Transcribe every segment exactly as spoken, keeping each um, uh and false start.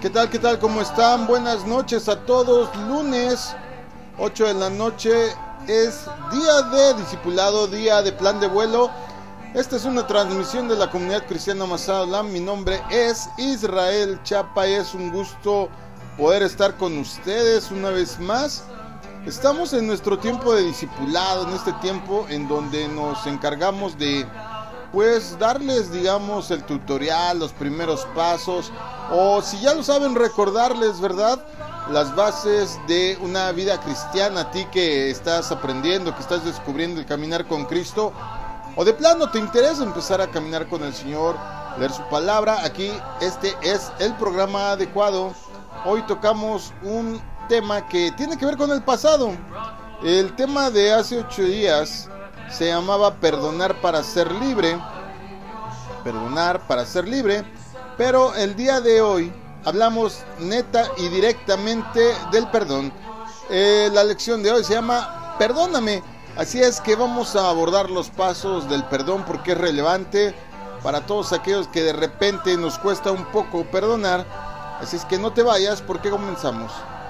¿Qué tal? ¿Qué tal? ¿Cómo están? Buenas noches a todos. Lunes, ocho de la noche, es día de discipulado, día de plan de vuelo. Esta es una transmisión de la comunidad cristiana Mazatlán. Mi nombre es Israel Chapa y es un gusto poder estar con ustedes una vez más. Estamos en nuestro tiempo de discipulado, en este tiempo en donde nos encargamos de pues darles, digamos, el tutorial, los primeros pasos, o si ya lo saben, recordarles, ¿verdad?, las bases de una vida cristiana. A ti que estás aprendiendo, que estás descubriendo el caminar con Cristo, o de plano te interesa empezar a caminar con el Señor, leer su palabra. Aquí este es el programa adecuado. Hoy tocamos un tema que tiene que ver con el pasado. El tema de hace ocho días se llamaba perdonar para ser libre, perdonar para ser libre, pero el día de hoy hablamos neta y directamente del perdón. Eh, la lección de hoy se llama Perdóname, así es que vamos a abordar los pasos del perdón porque es relevante para todos aquellos que de repente nos cuesta un poco perdonar. Así es que no te vayas porque comenzamos.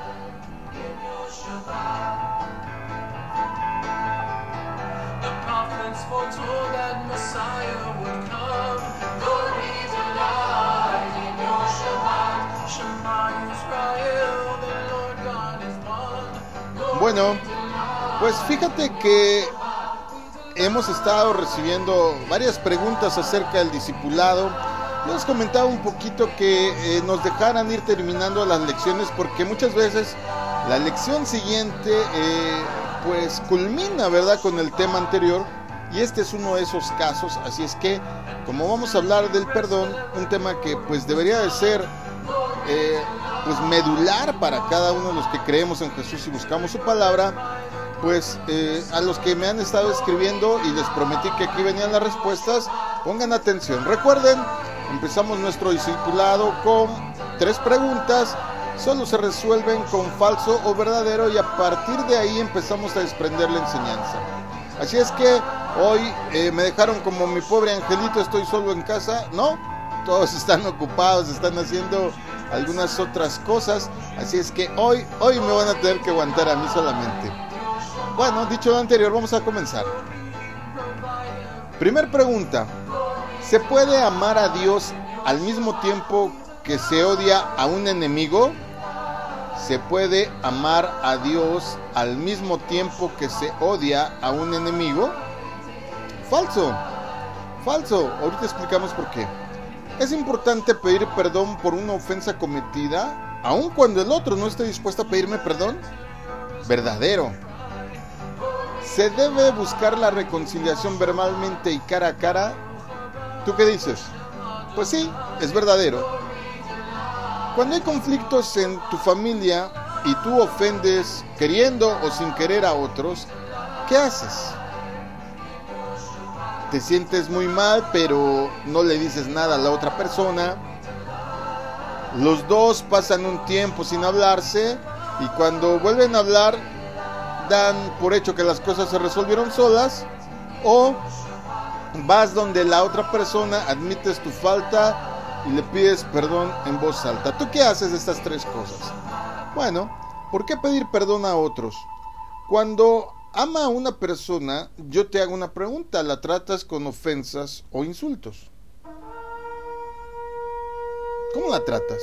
Bueno, pues fíjate que hemos estado recibiendo varias preguntas acerca del discipulado. Yo les comentaba un poquito que eh, nos dejaran ir terminando las lecciones, porque muchas veces la lección siguiente eh, pues culmina, ¿verdad?, con el tema anterior, y este es uno de esos casos. Así es que, como vamos a hablar del perdón, un tema que pues debería de ser eh, pues medular para cada uno de los que creemos en Jesús y buscamos su palabra, pues eh, a los que me han estado escribiendo y les prometí que aquí venían las respuestas, pongan atención. Recuerden, empezamos nuestro discipulado con tres preguntas, solo se resuelven con falso o verdadero, y a partir de ahí empezamos a desprender la enseñanza. Así es que hoy eh, me dejaron como mi pobre angelito, estoy solo en casa. No, todos están ocupados, están haciendo algunas otras cosas, así es que hoy, hoy me van a tener que aguantar a mí solamente. Bueno, dicho lo anterior, vamos a comenzar. Primer pregunta: ¿se puede amar a Dios al mismo tiempo que se odia a un enemigo? ¿Se puede amar a Dios al mismo tiempo que se odia a un enemigo? Falso, falso. Ahorita explicamos por qué. ¿Es importante pedir perdón por una ofensa cometida, aun cuando el otro no esté dispuesto a pedirme perdón? Verdadero. ¿Se debe buscar la reconciliación verbalmente y cara a cara? ¿Tú qué dices? Pues sí, es verdadero. Cuando hay conflictos en tu familia y tú ofendes queriendo o sin querer a otros, ¿qué haces? Te sientes muy mal, pero no le dices nada a la otra persona. Los dos pasan un tiempo sin hablarse y cuando vuelven a hablar dan por hecho que las cosas se resolvieron solas, o vas donde la otra persona, admites tu falta y le pides perdón en voz alta. ¿Tú qué haces de estas tres cosas? Bueno, ¿por qué pedir perdón a otros? Cuando ama a una persona, yo te hago una pregunta: ¿la tratas con ofensas o insultos? ¿Cómo la tratas?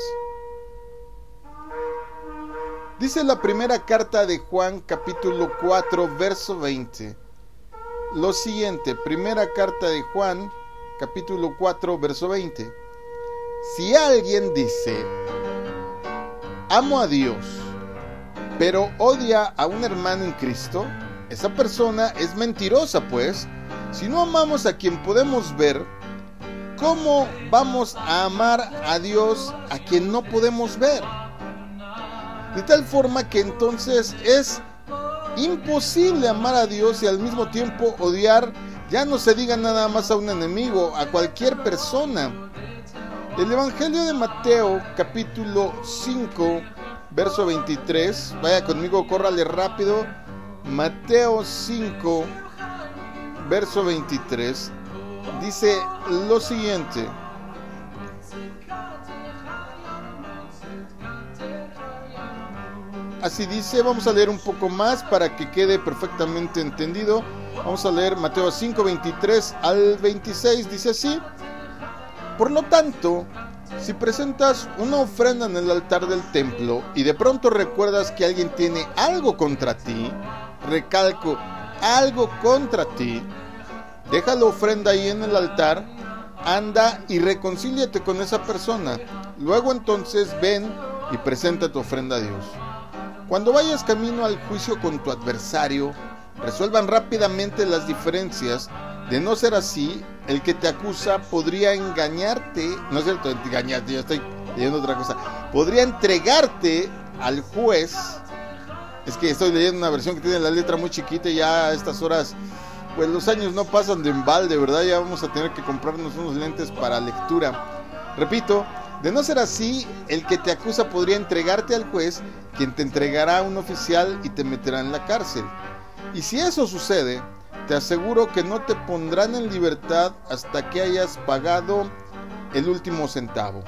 Dice la primera carta de Juan, capítulo cuatro, verso veinte. Lo siguiente, primera carta de Juan, capítulo cuatro, verso veinte. Si alguien dice, amo a Dios, pero odia a un hermano en Cristo, esa persona es mentirosa, pues. Si no amamos a quien podemos ver, ¿cómo vamos a amar a Dios a quien no podemos ver? De tal forma que entonces es imposible amar a Dios y al mismo tiempo odiar, ya no se diga nada más a un enemigo, a cualquier persona. El Evangelio de Mateo, capítulo cinco, verso veintitrés, vaya conmigo, córrale rápido. Mateo cinco, verso veintitrés, dice lo siguiente: así dice. Vamos a leer un poco más para que quede perfectamente entendido. Vamos a leer Mateo cinco, veintitrés al veintiséis. Dice así: por lo tanto, si presentas una ofrenda en el altar del templo y de pronto recuerdas que alguien tiene algo contra ti, recalco, algo contra ti, deja la ofrenda ahí en el altar, anda y reconcíliate con esa persona. Luego entonces ven y presenta tu ofrenda a Dios. Cuando vayas camino al juicio con tu adversario, resuelvan rápidamente las diferencias. De no ser así, el que te acusa podría engañarte, no es cierto, engañarte, yo estoy leyendo otra cosa, podría entregarte al juez. Es que estoy leyendo una versión que tiene la letra muy chiquita y ya a estas horas, pues los años no pasan de embalde, ¿verdad? Ya vamos a tener que comprarnos unos lentes para lectura. Repito, de no ser así, el que te acusa podría entregarte al juez, quien te entregará a un oficial y te meterá en la cárcel. Y si eso sucede, te aseguro que no te pondrán en libertad hasta que hayas pagado el último centavo.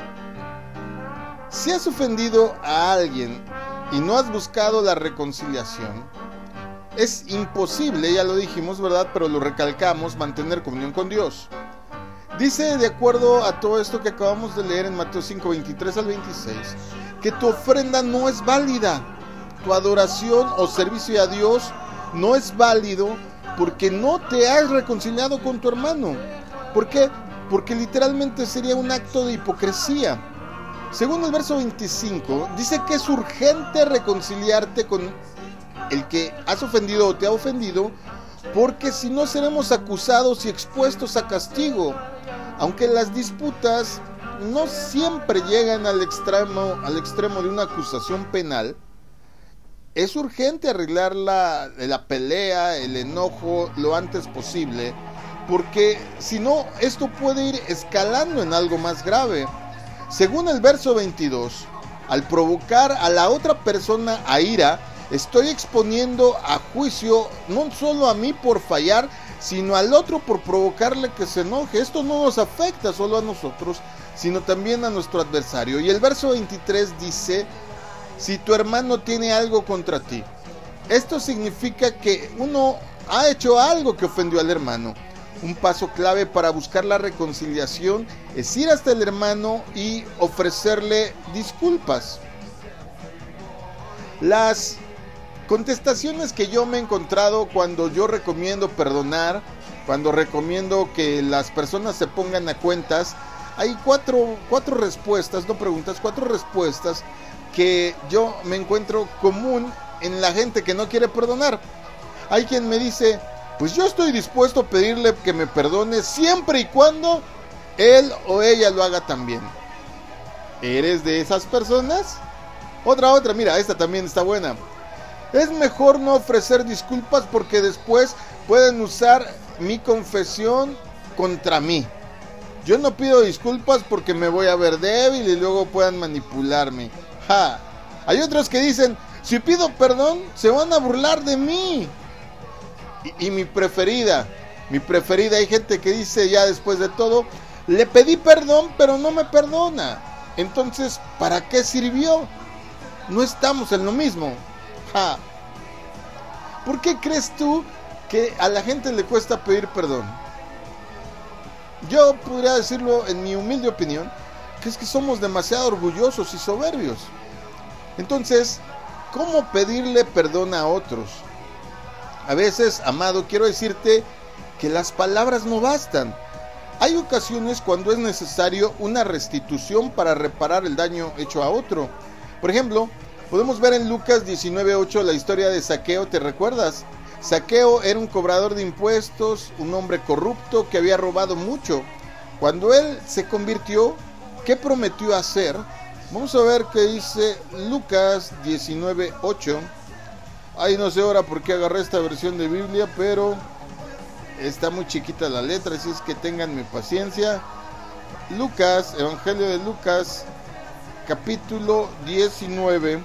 Si has ofendido a alguien y no has buscado la reconciliación, es imposible, ya lo dijimos, ¿verdad? Pero lo recalcamos, mantener comunión con Dios. Dice, de acuerdo a todo esto que acabamos de leer en Mateo cinco, veintitrés al veintiséis, que tu ofrenda no es válida. Tu adoración o servicio a Dios no es válido porque no te has reconciliado con tu hermano. ¿Por qué? Porque literalmente sería un acto de hipocresía. Según el verso veinticinco, dice que es urgente reconciliarte con el que has ofendido o te ha ofendido, porque si no seremos acusados y expuestos a castigo. Aunque las disputas no siempre llegan al extremo, al extremo de una acusación penal, es urgente arreglar la, la pelea, el enojo lo antes posible, porque si no, esto puede ir escalando en algo más grave. Según el verso veintidós, al provocar a la otra persona a ira, estoy exponiendo a juicio no solo a mí por fallar, sino al otro por provocarle que se enoje. Esto no nos afecta solo a nosotros, sino también a nuestro adversario. Y el verso veintitrés dice: si tu hermano tiene algo contra ti. Esto significa que uno ha hecho algo que ofendió al hermano. Un paso clave para buscar la reconciliación es ir hasta el hermano y ofrecerle disculpas. Las contestaciones que yo me he encontrado cuando yo recomiendo perdonar, cuando recomiendo que las personas se pongan a cuentas, hay cuatro, cuatro respuestas, no preguntas, cuatro respuestas que yo me encuentro común en la gente que no quiere perdonar. Hay quien me dice: pues yo estoy dispuesto a pedirle que me perdone siempre y cuando él o ella lo haga también. ¿Eres de esas personas? Otra, otra, mira, esta también está buena. Es mejor no ofrecer disculpas porque después pueden usar mi confesión contra mí. Yo no pido disculpas porque me voy a ver débil y luego puedan manipularme. Ja. Hay otros que dicen: si pido perdón, se van a burlar de mí. Y, y mi preferida, mi preferida, hay gente que dice ya después de todo: le pedí perdón, pero no me perdona. Entonces, ¿para qué sirvió? No estamos en lo mismo. Ja. ¿Por qué crees tú que a la gente le cuesta pedir perdón? Yo podría decirlo, en mi humilde opinión, que es que somos demasiado orgullosos y soberbios. Entonces, ¿cómo pedirle perdón a otros? A veces, amado, quiero decirte que las palabras no bastan. Hay ocasiones cuando es necesario una restitución para reparar el daño hecho a otro. Por ejemplo, podemos ver en Lucas diecinueve ocho la historia de Zaqueo, ¿te recuerdas? Zaqueo era un cobrador de impuestos, un hombre corrupto que había robado mucho. Cuando él se convirtió, ¿qué prometió hacer? Vamos a ver qué dice Lucas diecinueve ocho. Ay, no sé ahora por qué agarré esta versión de Biblia, pero está muy chiquita la letra, así es que ténganme paciencia. Lucas, Evangelio de Lucas, capítulo diecinueve,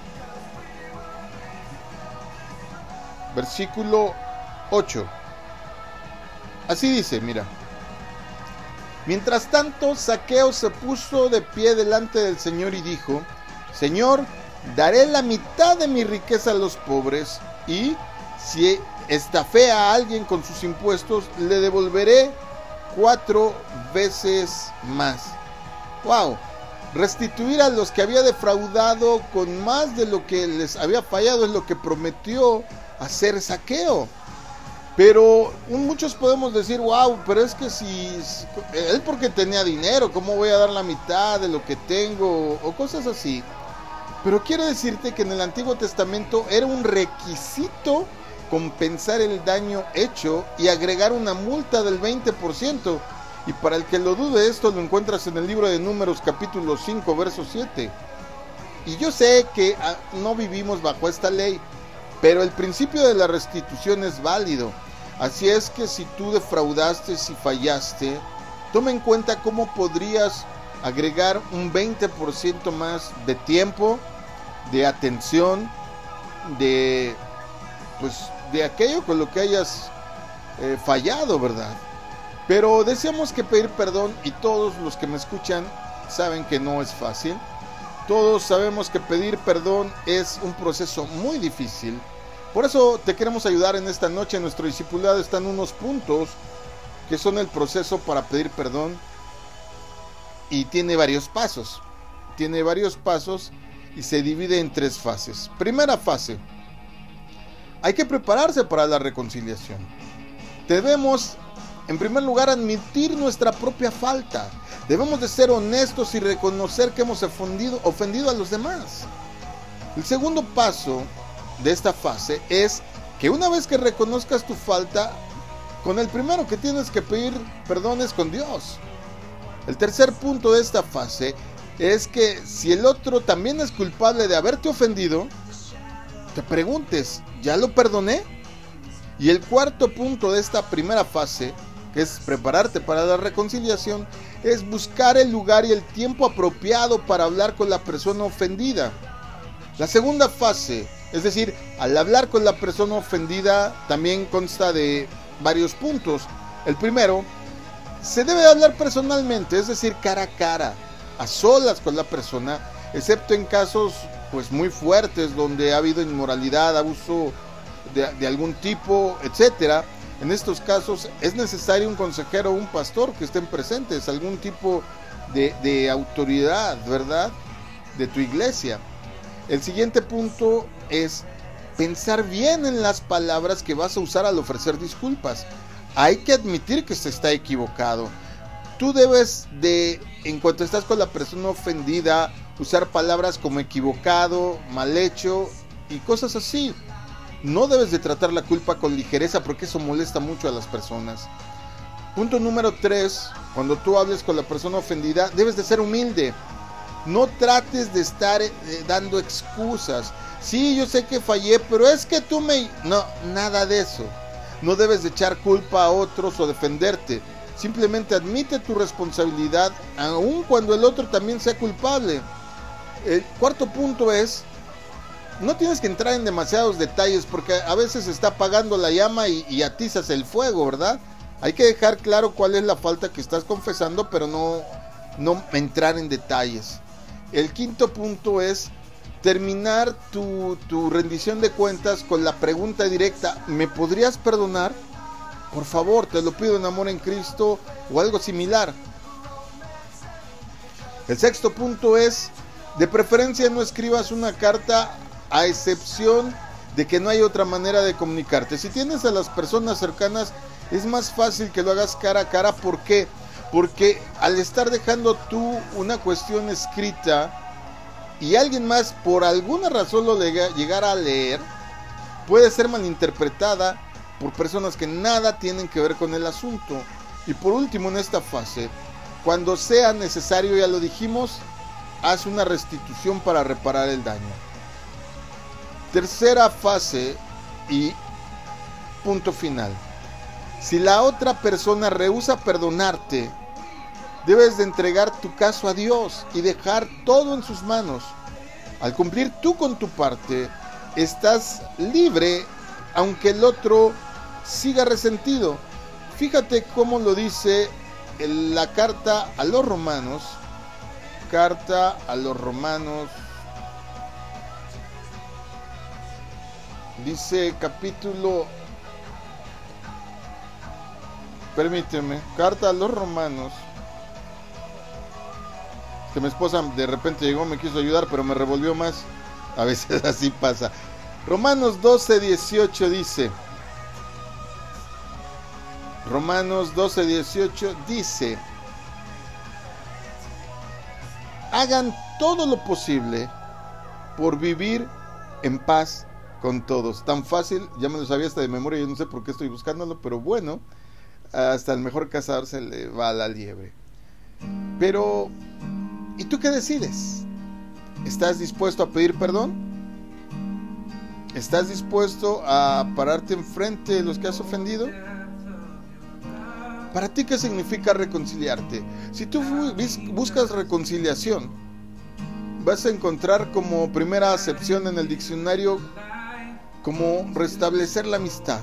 versículo ocho. Así dice, mira. Mientras tanto, Zaqueo se puso de pie delante del Señor y dijo: Señor, daré la mitad de mi riqueza a los pobres, y si estafé a alguien con sus impuestos, le devolveré cuatro veces más. ¡Wow! Restituir a los que había defraudado con más de lo que les había fallado es lo que prometió hacer Zaqueo. Pero muchos podemos decir, wow, pero es que si él porque tenía dinero, ¿cómo voy a dar la mitad de lo que tengo? O cosas así. Pero quiero decirte que en el Antiguo Testamento era un requisito compensar el daño hecho y agregar una multa del veinte por ciento. Y para el que lo dude, esto lo encuentras en el libro de Números capítulo cinco, verso siete. Y yo sé que no vivimos bajo esta ley, pero el principio de la restitución es válido. Así es que si tú defraudaste, si fallaste, toma en cuenta cómo podrías agregar un veinte por ciento más de tiempo, de atención, de pues de aquello con lo que hayas eh, fallado, ¿verdad? Pero decíamos que pedir perdón, y todos los que me escuchan saben que no es fácil. Todos sabemos que pedir perdón es un proceso muy difícil. Por eso te queremos ayudar en esta noche. En nuestro discipulado están unos puntos que son el proceso para pedir perdón, y tiene varios pasos. Tiene varios pasos y se divide en tres fases. Primera fase: hay que prepararse para la reconciliación. Debemos, en primer lugar, admitir nuestra propia falta. Debemos de ser honestos y reconocer que hemos ofendido, ofendido a los demás. El segundo paso de esta fase es que una vez que reconozcas tu falta, con el primero que tienes que pedir perdón es con Dios. El tercer punto de esta fase es que si el otro también es culpable de haberte ofendido, te preguntes, ¿ya lo perdoné? Y el cuarto punto de esta primera fase, que es prepararte para la reconciliación, es buscar el lugar y el tiempo apropiado para hablar con la persona ofendida. La segunda fase, es decir, al hablar con la persona ofendida, también consta de varios puntos. El primero, se debe hablar personalmente, es decir, cara a cara, a solas con la persona, excepto en casos pues muy fuertes donde ha habido inmoralidad, abuso de, de algún tipo, etcétera. En estos casos es necesario un consejero o un pastor que estén presentes, algún tipo de, de autoridad, ¿verdad?, de tu iglesia. El siguiente punto es pensar bien en las palabras que vas a usar al ofrecer disculpas. Hay que admitir que se está equivocado. Tú debes de, en cuanto estás con la persona ofendida, usar palabras como equivocado, mal hecho y cosas así. No debes de tratar la culpa con ligereza, porque eso molesta mucho a las personas. Punto número tres. Cuando tú hables con la persona ofendida, debes de ser humilde. No trates de estar eh, dando excusas. Sí, yo sé que fallé, pero es que tú me... No, nada de eso. No debes de echar culpa a otros o defenderte. Simplemente admite tu responsabilidad, aun cuando el otro también sea culpable. El cuarto punto es: no tienes que entrar en demasiados detalles, porque a veces está apagando la llama y, y atizas el fuego, ¿verdad? Hay que dejar claro cuál es la falta que estás confesando, pero no, no entrar en detalles. El quinto punto es terminar tu, tu rendición de cuentas con la pregunta directa: ¿me podrías perdonar? Por favor, te lo pido en amor en Cristo, o algo similar. El sexto punto es: de preferencia no escribas una carta, a excepción de que no hay otra manera de comunicarte. Si tienes a las personas cercanas, es más fácil que lo hagas cara a cara. ¿Por qué? Porque al estar dejando tú una cuestión escrita y alguien más por alguna razón lo llegara a leer, puede ser malinterpretada por personas que nada tienen que ver con el asunto. Y por último, en esta fase, cuando sea necesario, ya lo dijimos, haz una restitución para reparar el daño. Tercera fase y punto final: si la otra persona rehúsa perdonarte, debes de entregar tu caso a Dios y dejar todo en sus manos. Al cumplir tú con tu parte, estás libre, aunque el otro siga resentido. Fíjate cómo lo dice en la carta a los romanos. Carta a los romanos Dice capítulo, permíteme, carta a los Romanos. Que mi esposa de repente llegó, me quiso ayudar, pero me revolvió más. A veces así pasa. Romanos doce dieciocho dice, Romanos doce dieciocho dice, hagan todo lo posible por vivir en paz con todos. Tan fácil, ya me lo sabía hasta de memoria, yo no sé por qué estoy buscándolo, pero bueno, hasta el mejor cazador se le va a la liebre. Pero, ¿y tú qué decides? ¿Estás dispuesto a pedir perdón? ¿Estás dispuesto a pararte enfrente de los que has ofendido? ¿Para ti qué significa reconciliarte? Si tú buscas reconciliación, vas a encontrar como primera acepción en el diccionario como restablecer la amistad.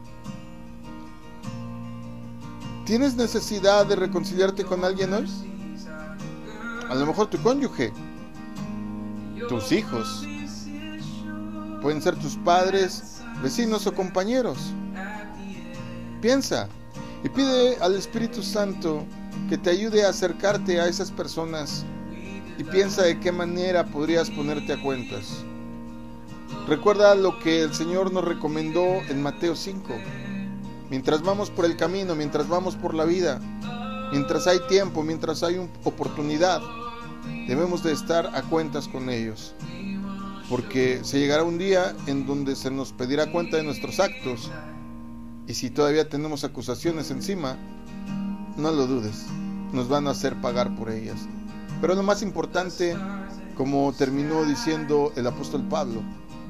¿Tienes necesidad de reconciliarte con alguien hoy? A lo mejor tu cónyuge, tus hijos, pueden ser tus padres, vecinos o compañeros. Piensa y pide al Espíritu Santo que te ayude a acercarte a esas personas y piensa de qué manera podrías ponerte a cuentas. Recuerda lo que el Señor nos recomendó en Mateo cinco. Mientras vamos por el camino, mientras vamos por la vida, mientras hay tiempo, mientras hay una oportunidad, debemos de estar a cuentas con ellos. Porque se llegará un día en donde se nos pedirá cuenta de nuestros actos. Y si todavía tenemos acusaciones encima, no lo dudes, nos van a hacer pagar por ellas. Pero lo más importante, como terminó diciendo el apóstol Pablo,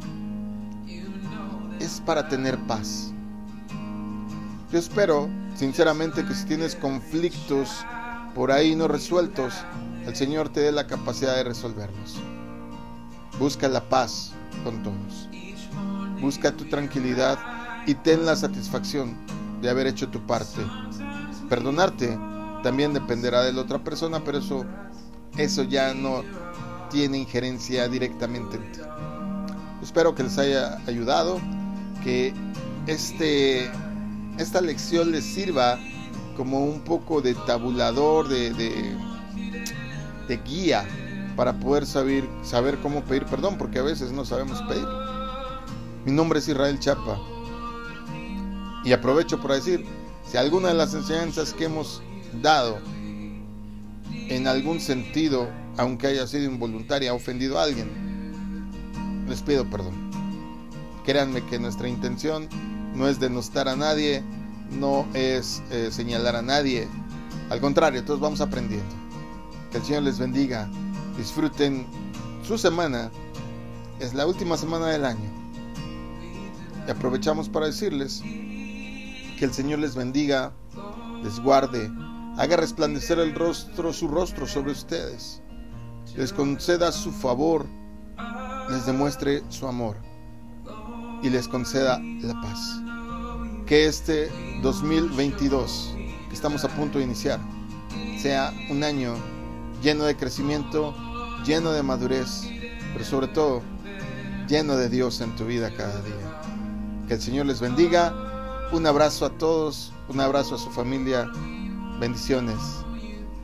es para tener paz. Yo espero, sinceramente, que si tienes conflictos por ahí no resueltos, el Señor te dé la capacidad de resolverlos. Busca la paz con todos. Busca tu tranquilidad y ten la satisfacción de haber hecho tu parte. Perdonarte también dependerá de la otra persona, pero eso, eso ya no tiene injerencia directamente en ti. Espero que les haya ayudado, que este, esta lección les sirva como un poco de tabulador, de, de, de guía para poder saber, saber cómo pedir perdón, porque a veces no sabemos pedir. Mi nombre es Israel Chapa. Y aprovecho para decir, si alguna de las enseñanzas que hemos dado en algún sentido, aunque haya sido involuntaria, ha ofendido a alguien, les pido perdón. Créanme que nuestra intención no es denostar a nadie, no es eh, señalar a nadie. Al contrario, todos vamos aprendiendo. Que el Señor les bendiga. Disfruten su semana. Es la última semana del año. Y aprovechamos para decirles que el Señor les bendiga, les guarde, haga resplandecer el rostro, su rostro sobre ustedes, les conceda su favor, les demuestre su amor y les conceda la paz. Que este dos mil veintidós, que estamos a punto de iniciar, sea un año lleno de crecimiento, lleno de madurez, pero sobre todo lleno de Dios en tu vida cada día. Que el Señor les bendiga. Un abrazo a todos, un abrazo a su familia, bendiciones.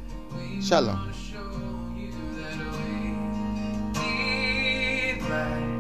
Shalom.